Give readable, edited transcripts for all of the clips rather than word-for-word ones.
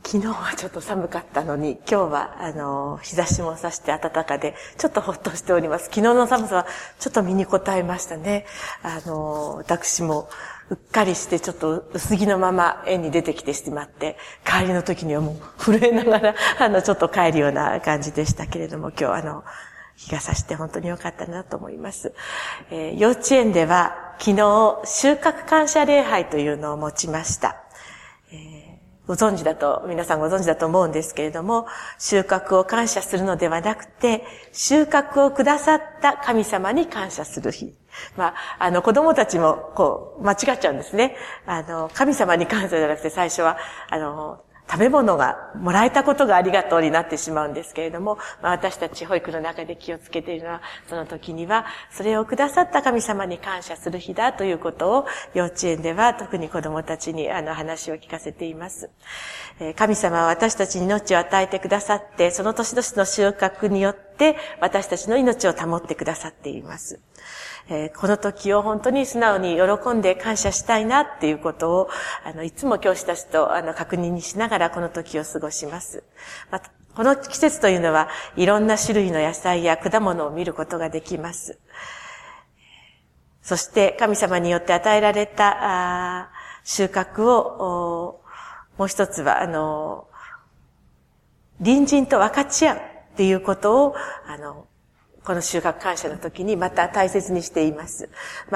昨日はちょっと寒かったのに、今日は日差しも差して暖かで、ちょっとほっとしております。昨日の寒さはちょっと身に応えましたね。私もうっかりしてちょっと薄着のまま園に出てきてしまって、帰りの時にはもう震えながら、ちょっと帰るような感じでしたけれども、今日日が差して本当に良かったなと思います。幼稚園では昨日収穫感謝礼拝というのを持ちました。皆さんご存知だと思うんですけれども、収穫を感謝するのではなくて、収穫をくださった神様に感謝する日。子供たちも間違っちゃうんですね。神様に感謝じゃなくて最初は、食べ物がもらえたことがありがとうになってしまうんですけれども、私たち保育の中で気をつけているのは、その時には、それをくださった神様に感謝する日だということを、幼稚園では特に子供たちに話を聞かせています。神様は私たちに命を与えてくださって、その年々の収穫によって、私たちの命を保ってくださっています。この時を本当に素直に喜んで感謝したいなっていうことを、いつも教師たちと確認にしながらこの時を過ごします。この季節というのは、いろんな種類の野菜や果物を見ることができます。そして神様によって与えられた収穫を、もう一つは、隣人と分かち合うっていうことを、この収穫感謝の時にまた大切にしています。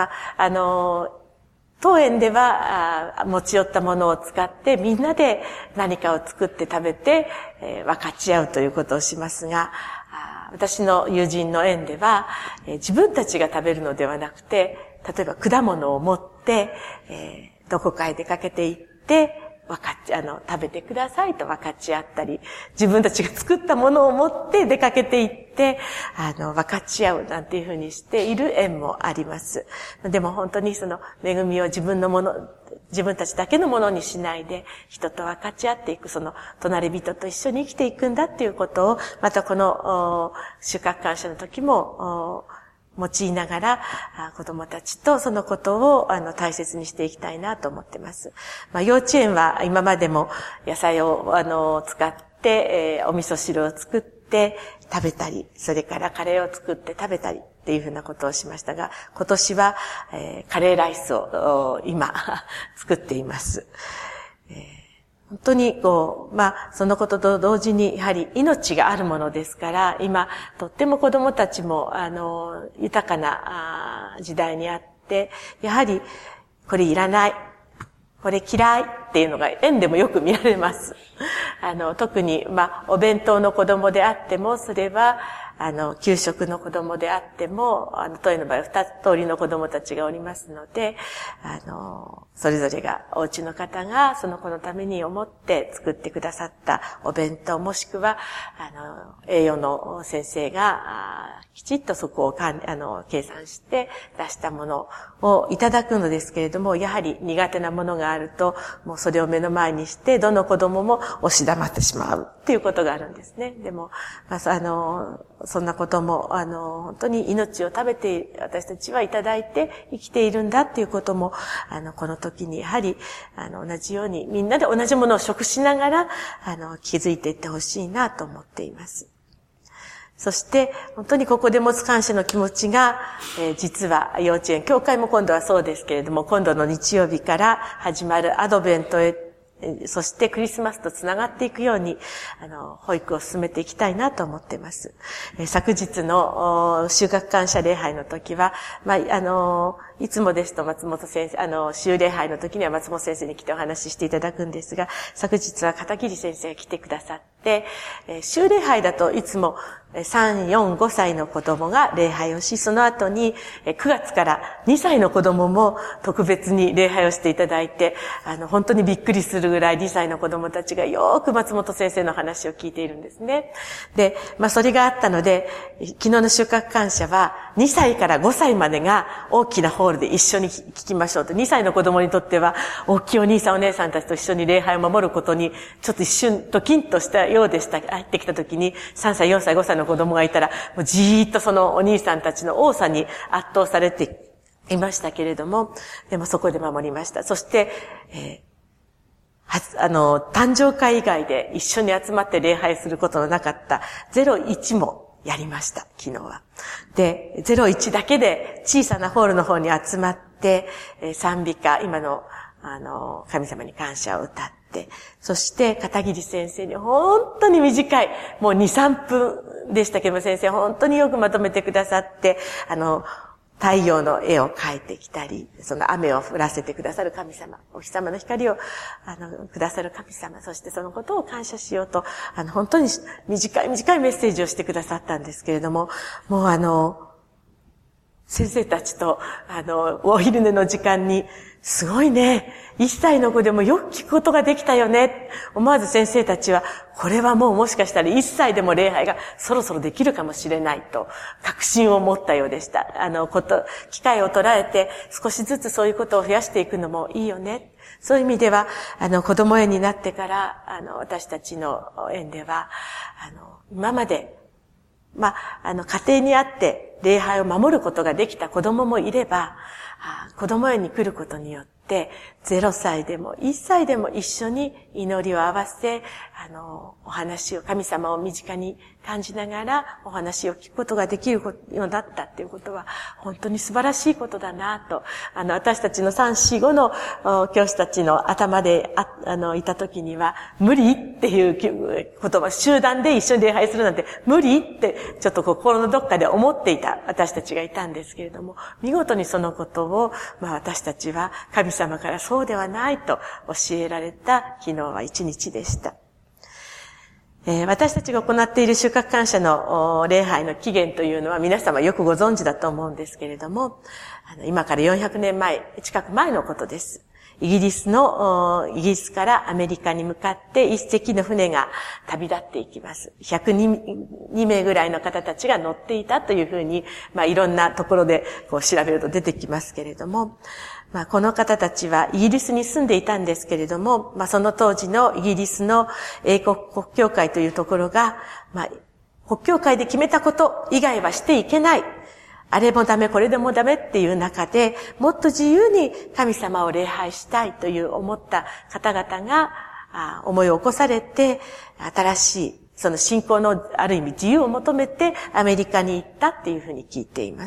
当園では持ち寄ったものを使ってみんなで何かを作って食べて分かち合うということをしますが、私の友人の園では自分たちが食べるのではなくて、例えば果物を持ってどこかへ出かけて行って食べてくださいと分かち合ったり、自分たちが作ったものを持って出かけて行って、分かち合うなんていうふうにしている園もあります。でも本当にその恵みを自分たちだけのものにしないで、人と分かち合っていく、その隣人と一緒に生きていくんだっていうことを、またこの収穫感謝の時も、用いながら、子供たちとそのことを大切にしていきたいなと思っています。幼稚園は今までも野菜を使って、お味噌汁を作って食べたり、それからカレーを作って食べたりっていうふうなことをしましたが、今年は、カレーライスを今作っています。本当にそのことと同時にやはり命があるものですから、今とっても子供たちも豊かな時代にあって、やはりこれいらない、これ嫌いっていうのが園でもよく見られます。特にお弁当の子供であっても、それは給食の子供であっても、当園の場合は2通りの子供たちがおりますので、それぞれが、お家の方がその子のために思って作ってくださったお弁当、もしくは、栄養の先生が、きちっとそこを計算して出したものをいただくのですけれども、やはり苦手なものがあると、もうそれを目の前にして、どの子供も押し黙ってしまうっていうことがあるんですね。でも、そんなことも、本当に命を食べて、私たちはいただいて生きているんだっていうことも、この時にやはり、同じようにみんなで同じものを食しながら、気づいていってほしいなと思っています。そして、本当にここで持つ感謝の気持ちが、実は幼稚園、教会も今度はそうですけれども、今度の日曜日から始まるアドベントへ、そしてクリスマスとつながっていくように、保育を進めていきたいなと思っています。昨日の収穫感謝礼拝の時は、いつもですと松本先生、修礼拝の時には松本先生に来てお話ししていただくんですが、昨日は片桐先生が来てくださって、修礼拝だといつも3、4、5歳の子供が礼拝をし、その後に9月から2歳の子供も特別に礼拝をしていただいて、本当にびっくりするぐらい2歳の子供たちがよーく松本先生の話を聞いているんですね。で、それがあったので、昨日の収穫感謝は2歳から5歳までが大きなホールで一緒に聞きましょうと。2歳の子供にとっては大きいお兄さんお姉さんたちと一緒に礼拝を守ることにちょっと一瞬ドキンとしたようでした。入ってきた時に3歳、4歳、5歳の子供がいたら、もうじーっとそのお兄さんたちの多さに圧倒されていましたけれども、でもそこで守りました。そして、 誕生会以外で一緒に集まって礼拝することのなかった01もやりました、昨日は。で、01だけで小さなホールの方に集まって、賛美歌、今の、神様に感謝を歌って、そして片桐先生に本当に短い、もう2、3分でしたけども、先生本当によくまとめてくださって、太陽の絵を描いてきたり、その雨を降らせてくださる神様、お日様の光を、くださる神様、そしてそのことを感謝しようと、本当に短いメッセージをしてくださったんですけれども、もう先生たちと、お昼寝の時間に、すごいね。1歳の子でもよく聞くことができたよね。思わず先生たちは、これはもうもしかしたら1歳でも礼拝がそろそろできるかもしれないと、確信を持ったようでした。機会を捉えて、少しずつそういうことを増やしていくのもいいよね。そういう意味では、子供園になってから、私たちの園では、今まで、家庭にあって礼拝を守ることができた子供もいれば、子供園に来ることによって、0歳でも1歳でも一緒に祈りを合わせ、お話を、神様を身近に感じながらお話を聞くことができるようになったっていうことは、本当に素晴らしいことだなと、私たちの3、4、5の教師たちの頭で、いた時には、無理っていう言葉、集団で一緒に礼拝するなんて、無理って、ちょっと心のどっかで思っていた私たちがいたんですけれども、見事にそのことを、私たちは神様からそうではないと教えられた昨日は一日でした。私たちが行っている収穫感謝の礼拝の起源というのは皆様よくご存知だと思うんですけれども、今から400年前、近く前のことです。イギリスからアメリカに向かって一隻の船が旅立っていきます。102名ぐらいの方たちが乗っていたというふうに、いろんなところで調べると出てきますけれども、この方たちはイギリスに住んでいたんですけれども、その当時のイギリスの英国国教会というところが、国教会で決めたこと以外はしていけない。あれもダメ、これでもダメっていう中で、もっと自由に神様を礼拝したいという思った方々が、思いを起こされて、新しい、その信仰のある意味自由を求めてアメリカに行ったっていうふうに聞いています。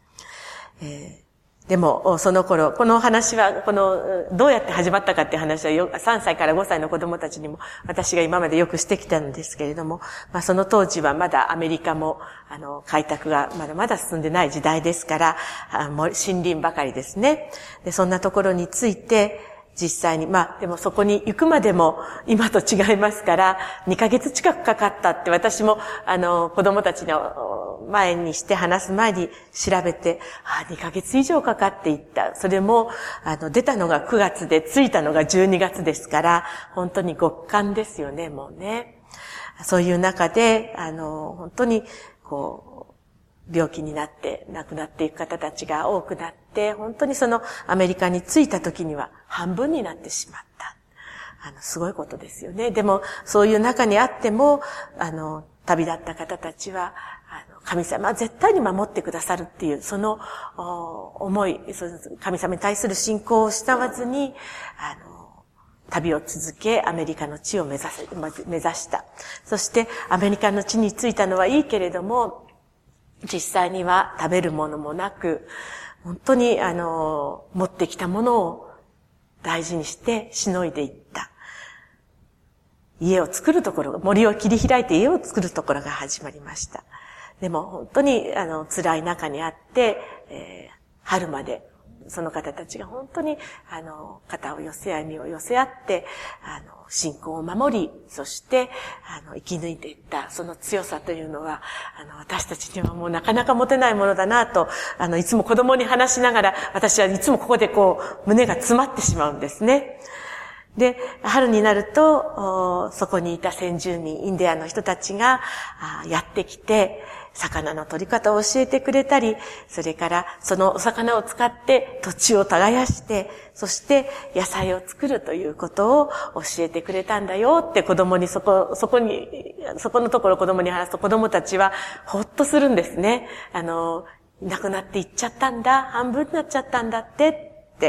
でも、その頃、この話は、どうやって始まったかっていう話は3歳から5歳の子供たちにも私が今までよくしてきたんですけれども、その当時はまだアメリカも、開拓がまだまだ進んでない時代ですから、森林ばかりですね。で、そんなところについて、実際に、でもそこに行くまでも今と違いますから、2ヶ月近くかかったって私も、子供たちの前にして話す前に調べて、2ヶ月以上かかっていった。それも、出たのが9月で、着いたのが12月ですから、本当に極寒ですよね、もうね。そういう中で、本当に、病気になって亡くなっていく方たちが多くなって、本当にそのアメリカに着いた時には半分になってしまった。すごいことですよね。でも、そういう中にあっても、旅立った方たちは、神様は絶対に守ってくださるっていう、その思い、神様に対する信仰を慕わずに、旅を続け、アメリカの地を目指した。そして、アメリカの地に着いたのはいいけれども、実際には食べるものもなく、本当に持ってきたものを大事にしてしのいでいった。家を作るところ、森を切り開いて家を作るところが始まりました。でも本当に辛い中にあって、春までその方たちが本当に肩を寄せ合い身を寄せ合って信仰を守り、そして生き抜いていったその強さというのは私たちにはもうなかなか持てないものだなといつも子供に話しながら私はいつもここで胸が詰まってしまうんですね。で、春になるとそこにいた先住民インディアンの人たちがやってきて魚の取り方を教えてくれたり、それからそのお魚を使って土地を耕して、そして野菜を作るということを教えてくれたんだよって子供にそこのところ子供に話すと子供たちはほっとするんですね。亡くなっていっちゃったんだ、半分になっちゃったんだって 、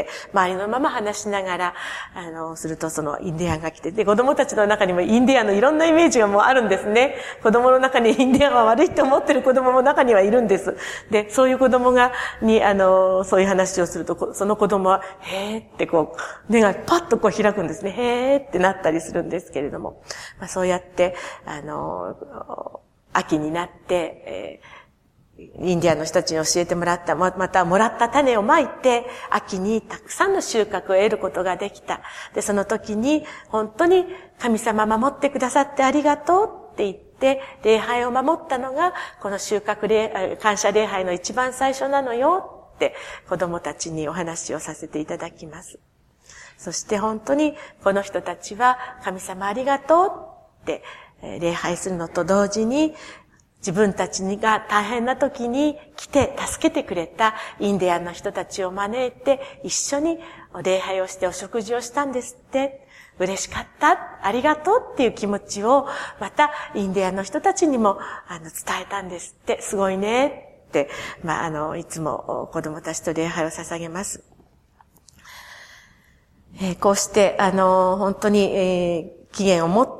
周りのまま話しながら、するとそのインディアンが来て、で、子供たちの中にもインディアンのいろんなイメージがもうあるんですね。子供の中にインディアンは悪いと思ってる子供も中にはいるんです。で、そういう子供に、そういう話をすると、その子供は、へーってこう、目がパッとこう開くんですね。へーってなったりするんですけれども、そうやって、秋になって、インディアンの人たちに教えてもらった、またもらった種をまいて、秋にたくさんの収穫を得ることができた。で、その時に、本当に神様守ってくださってありがとうって言って、礼拝を守ったのが、この感謝礼拝の一番最初なのよって、子供たちにお話をさせていただきます。そして本当に、この人たちは、神様ありがとうって、礼拝するのと同時に、自分たちが大変な時に来て助けてくれたインディアンの人たちを招いて一緒に礼拝をしてお食事をしたんですって。嬉しかった。ありがとうっていう気持ちをまたインディアンの人たちにも伝えたんですって。すごいねって、いつも子供たちと礼拝を捧げます。こうして、本当に、期限を持って、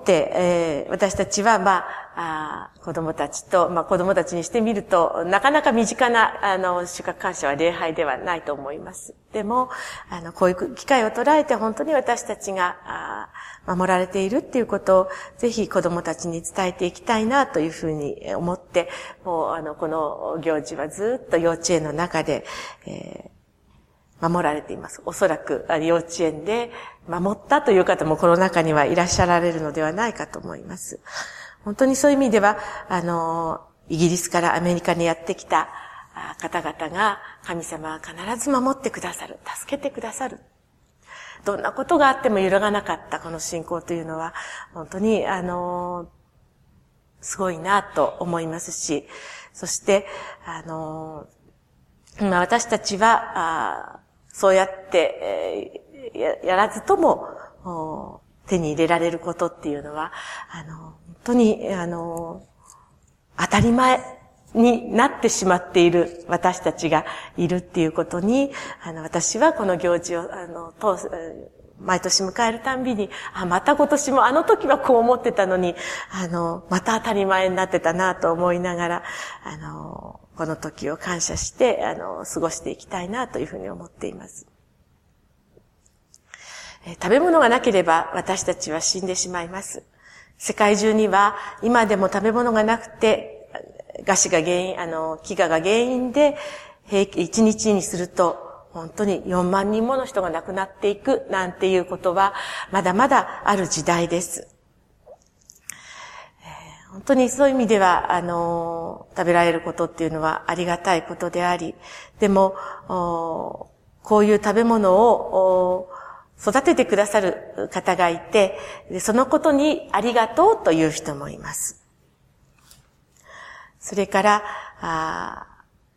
私たちは、子供たちと、子供たちにしてみると、なかなか身近な、収穫感謝は礼拝ではないと思います。でも、こういう機会を捉えて、本当に私たちが、守られているっていうことを、ぜひ子供たちに伝えていきたいな、というふうに思って、もう、この行事はずっと幼稚園の中で、守られています。おそらく幼稚園で守ったという方もこの中にはいらっしゃられるのではないかと思います。本当にそういう意味では、イギリスからアメリカにやってきた方々が神様は必ず守ってくださる、助けてくださる。どんなことがあっても揺るがなかったこの信仰というのは、本当にすごいなと思いますし、そして私たちはそうやって、やらずとも、手に入れられることっていうのは、本当に、当たり前になってしまっている私たちがいるっていうことに、私はこの行事を、毎年迎えるたんびに、また今年もあの時はこう思ってたのに、また当たり前になってたなと思いながら、この時を感謝して、過ごしていきたいなというふうに思っています。食べ物がなければ私たちは死んでしまいます。世界中には今でも食べ物がなくて、飢餓が原因で、1日にすると、本当に4万人もの人が亡くなっていくなんていうことは、まだまだある時代です。本当にそういう意味では、食べられることっていうのはありがたいことであり、でも、こういう食べ物を育ててくださる方がいて、そのことにありがとうという人もいます。それから、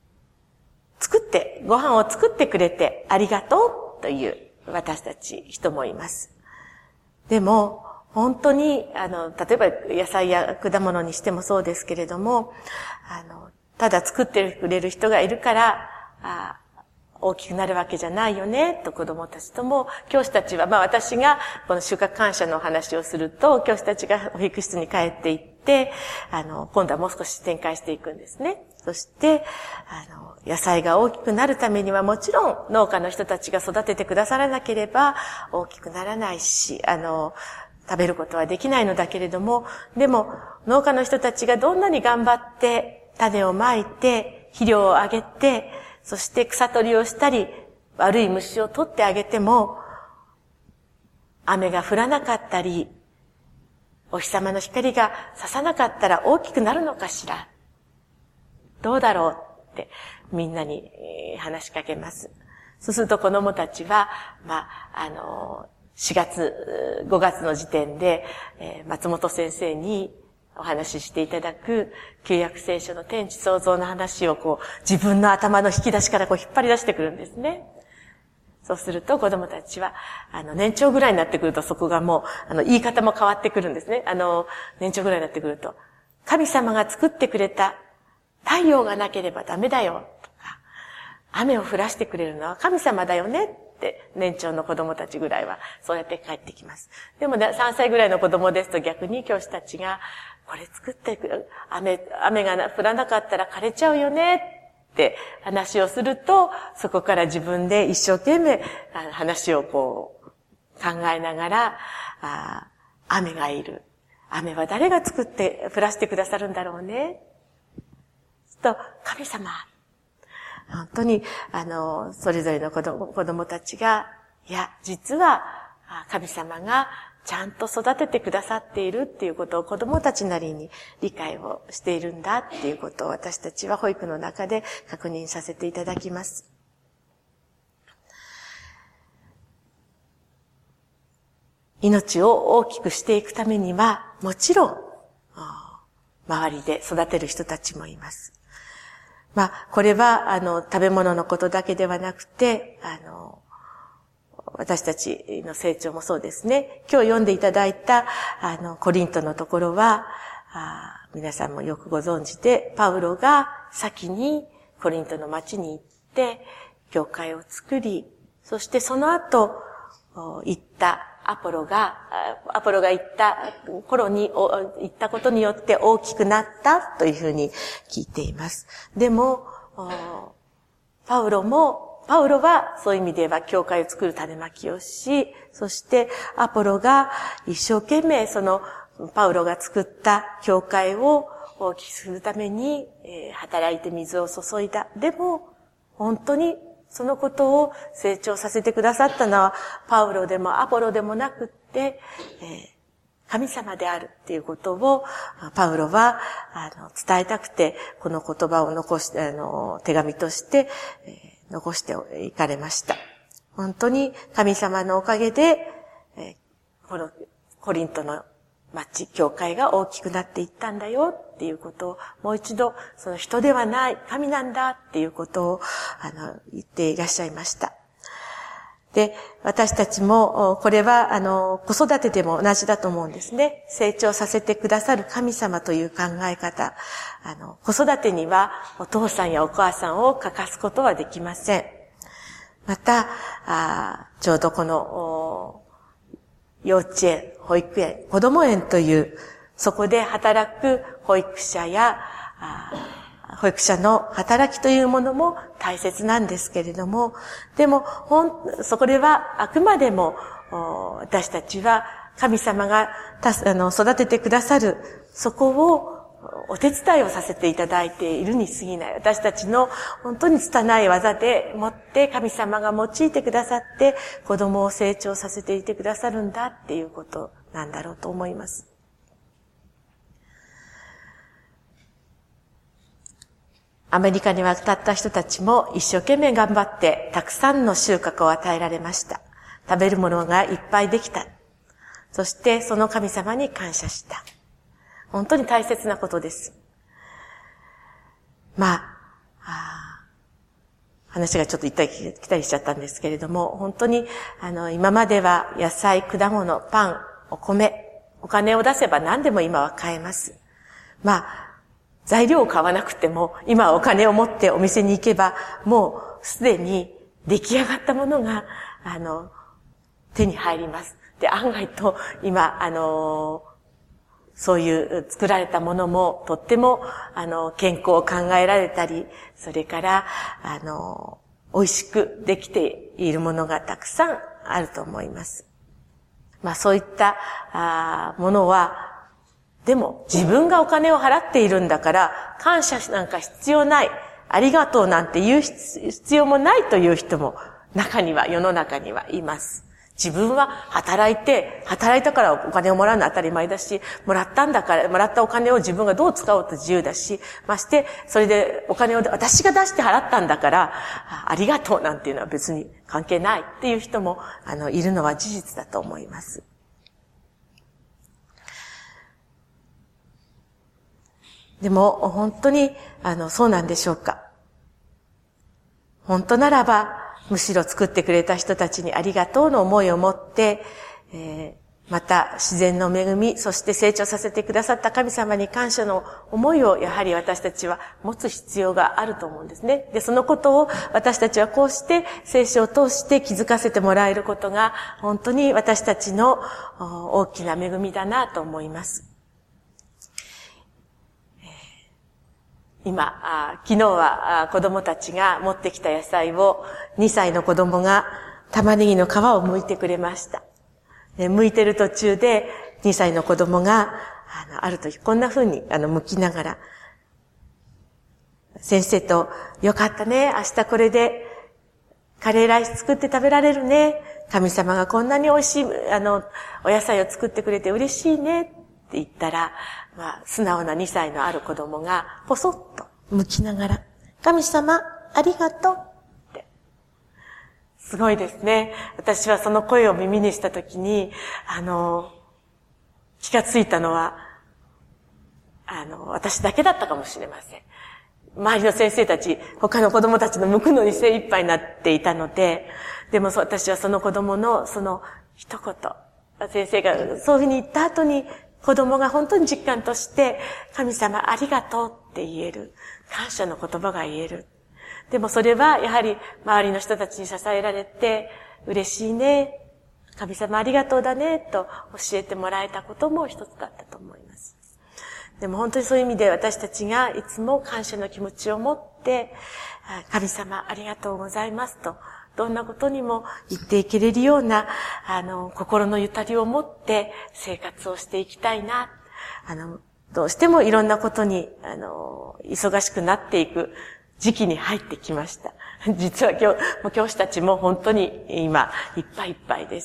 ご飯を作ってくれてありがとうという私たち人もいます。でも、本当に、例えば野菜や果物にしてもそうですけれども、ただ作ってくれる人がいるから、大きくなるわけじゃないよね、と子供たちとも、教師たちは、私がこの収穫感謝のお話をすると、教師たちが保育室に帰っていって、今度はもう少し展開していくんですね。そして、野菜が大きくなるためにはもちろん農家の人たちが育ててくださらなければ大きくならないし、食べることはできないのだけれども、でも農家の人たちがどんなに頑張って種をまいて、肥料をあげて、そして草取りをしたり、悪い虫を取ってあげても、雨が降らなかったり、お日様の光が差さなかったら大きくなるのかしら。どうだろうってみんなに話しかけます。そうすると子供たちは、4月、5月の時点で、松本先生にお話ししていただく旧約聖書の天地創造の話を自分の頭の引き出しから引っ張り出してくるんですね。そうすると子供たちは、年長ぐらいになってくるとそこがもう、言い方も変わってくるんですね。年長ぐらいになってくると、神様が作ってくれた太陽がなければダメだよとか、雨を降らしてくれるのは神様だよねっって年長の子供たちぐらいはそうやって帰ってきます。でも3歳ぐらいの子供ですと逆に教師たちが、これ作ってくる、雨が降らなかったら枯れちゃうよねって話をすると、そこから自分で一生懸命話を考えながら、雨がいる。雨は誰が作って降らせてくださるんだろうね。と、神様。本当に、それぞれの子供たちが、いや、実は、神様がちゃんと育ててくださっているっていうことを子供たちなりに理解をしているんだっていうことを私たちは保育の中で確認させていただきます。命を大きくしていくためには、もちろん、周りで育てる人たちもいます。これは、食べ物のことだけではなくて、私たちの成長もそうですね。今日読んでいただいた、コリントのところは、皆さんもよくご存知で、パウロが先にコリントの町に行って、教会を作り、そしてその後、行ったアポロが行った頃に、行ったことによって大きくなったというふうに聞いています。でも、パウロはそういう意味では教会を作る種まきをし、そしてアポロが一生懸命そのパウロが作った教会を大きくするために働いて水を注いだ。でも、本当にそのことを成長させてくださったのはパウロでもアポロでもなくって、神様であるっていうことをパウロは伝えたくてこの言葉を手紙として残していかれました。本当に神様のおかげでこのコリントの町、教会が大きくなっていったんだよっていうことをもう一度その人ではない神なんだっていうことを言っていらっしゃいました。で、私たちもこれは子育てでも同じだと思うんですね。成長させてくださる神様という考え方。子育てにはお父さんやお母さんを欠かすことはできません。また、ちょうどこの幼稚園、保育園、子供園という、そこで働く保育者や、保育者の働きというものも大切なんですけれども、でも、そこではあくまでも、私たちは神様が育ててくださる、そこをお手伝いをさせていただいているに過ぎない。私たちの本当に拙い技でもって神様が用いてくださって子供を成長させていてくださるんだっていうことなんだろうと思います。アメリカに渡った人たちも一生懸命頑張ってたくさんの収穫を与えられました。食べるものがいっぱいできた。そしてその神様に感謝した。本当に大切なことです。話がちょっと行ったり来たりしちゃったんですけれども、本当に今までは野菜、果物、パン、お米、お金を出せば何でも今は買えます。材料を買わなくても、今お金を持ってお店に行けば、もうすでに出来上がったものが、手に入ります。で、案外と今、そういう作られたものもとっても、健康を考えられたり、それから、美味しくできているものがたくさんあると思います。そういったものは、でも自分がお金を払っているんだから感謝なんか必要ない、ありがとうなんて言う必要もないという人も世の中にはいます。自分は働いたからお金をもらうのは当たり前だし、もらったお金を自分がどう使おうと自由だし、まして、それでお金を私が出して払ったんだから、ありがとうなんていうのは別に関係ないっていう人も、いるのは事実だと思います。でも、本当に、そうなんでしょうか。本当ならば、むしろ作ってくれた人たちにありがとうの思いを持って、 また自然の恵み、そして成長させてくださった神様に感謝の思いをやはり私たちは持つ必要があると思うんですね。で、そのことを私たちはこうして聖書を通して気づかせてもらえることが本当に私たちの大きな恵みだなと思います。今、昨日は子供たちが持ってきた野菜を2歳の子供が玉ねぎの皮を剥いてくれました。剥いてる途中で2歳の子供がある時こんな風に剥きながら先生とよかったね、明日これでカレーライス作って食べられるね、神様がこんなに美味しいお野菜を作ってくれて嬉しいねって言ったら、素直な2歳のある子供がポソッと剥きながら神様ありがとうって。すごいですね。私はその声を耳にしたときに気がついたのは私だけだったかもしれません。周りの先生たち、他の子供たちの剥くのに精一杯になっていたので、でも私はその子供のその一言、先生がそういうふうに言った後に子供が本当に実感として神様ありがとうって言える。感謝の言葉が言える。でもそれはやはり周りの人たちに支えられて嬉しいね、神様ありがとうだねと教えてもらえたことも一つだったと思います。でも本当にそういう意味で私たちがいつも感謝の気持ちを持って神様ありがとうございますとどんなことにも言っていけれるような心のゆたりを持って生活をしていきたいな。どうしてもいろんなことに忙しくなっていく時期に入ってきました。実は教師たちも本当に今いっぱいいっぱいです。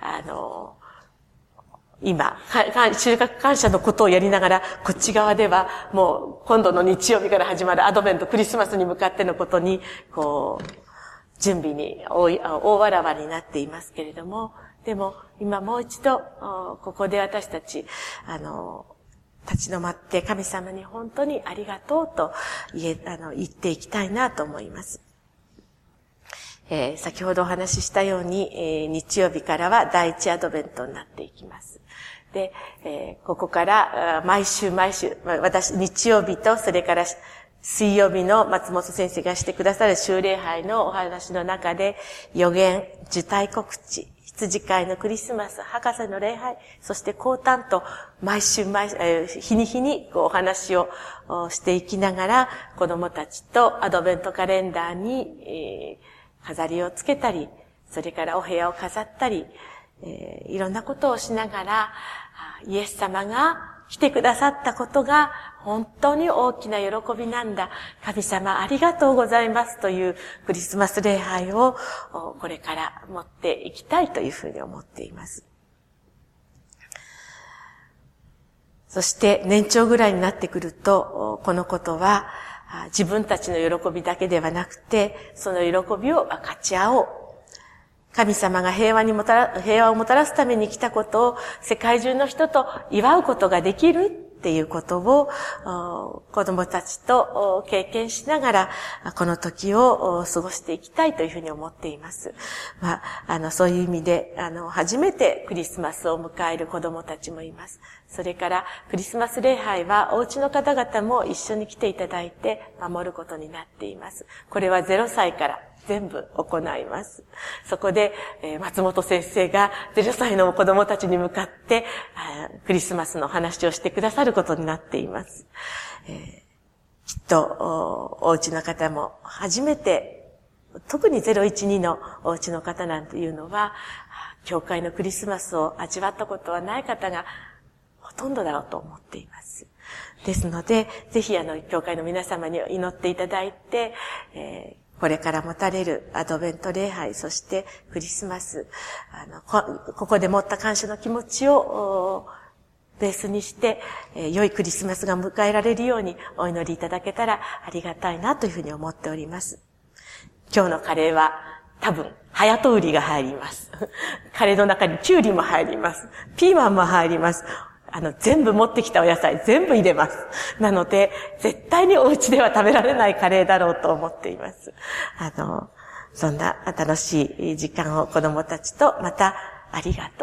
今、収穫感謝のことをやりながら、こっち側ではもう今度の日曜日から始まるアドベント、クリスマスに向かってのことに、準備に大わらわになっていますけれども、でも今もう一度、ここで私たち、立ち止まって神様に本当にありがとうと言っていきたいなと思います。先ほどお話ししたように、日曜日からは第一アドベントになっていきます。で、ここから毎週、私、日曜日とそれから水曜日の松本先生がしてくださる修礼拝のお話の中で、予言、受胎告知、羊飼いのクリスマス、博士の礼拝、そして降誕と毎週日に日にお話をしていきながら、子供たちとアドベントカレンダーに、飾りをつけたり、それからお部屋を飾ったり、いろんなことをしながら、イエス様が来てくださったことが本当に大きな喜びなんだ。神様ありがとうございますというクリスマス礼拝をこれから持っていきたいというふうに思っています。そして年長ぐらいになってくると、このことは自分たちの喜びだけではなくて、その喜びを分かち合おう。神様が平和をもたらすために来たことを世界中の人と祝うことができるっていうことを子供たちと経験しながらこの時を過ごしていきたいというふうに思っています。そういう意味で初めてクリスマスを迎える子供たちもいます。それからクリスマス礼拝はお家の方々も一緒に来ていただいて守ることになっています。これは0歳から全部行います。そこで、松本先生が0歳の子供たちに向かってクリスマスの話をしてくださることになっています。きっとお家の方も初めて、特に012のお家の方なんていうのは教会のクリスマスを味わったことはない方がほとんどだろうと思っています。ですので、ぜひ教会の皆様に祈っていただいて、これから持たれるアドベント礼拝、そしてクリスマス、ここで持った感謝の気持ちをベースにして、良いクリスマスが迎えられるようにお祈りいただけたらありがたいなというふうに思っております。今日のカレーは多分、ハヤトウリが入ります。カレーの中にキュウリも入ります。ピーマンも入ります。全部持ってきたお野菜全部入れます。なので、絶対にお家では食べられないカレーだろうと思っています。そんな楽しい時間を子供たちとまたありがとう。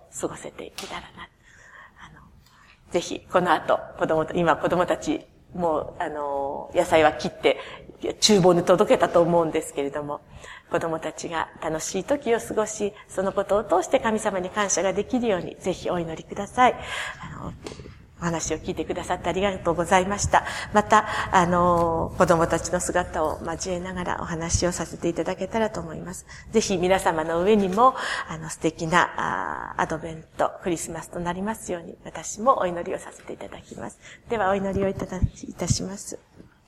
過ごせていけたらな。ぜひ、この後、今子供たち、もう、野菜は切って、厨房に届けたと思うんですけれども、子供たちが楽しい時を過ごし、そのことを通して神様に感謝ができるように、ぜひお祈りください。お話を聞いてくださってありがとうございました。また、子供たちの姿を交えながらお話をさせていただけたらと思います。ぜひ皆様の上にも、素敵なアドベント、クリスマスとなりますように、私もお祈りをさせていただきます。では、お祈りをいたします。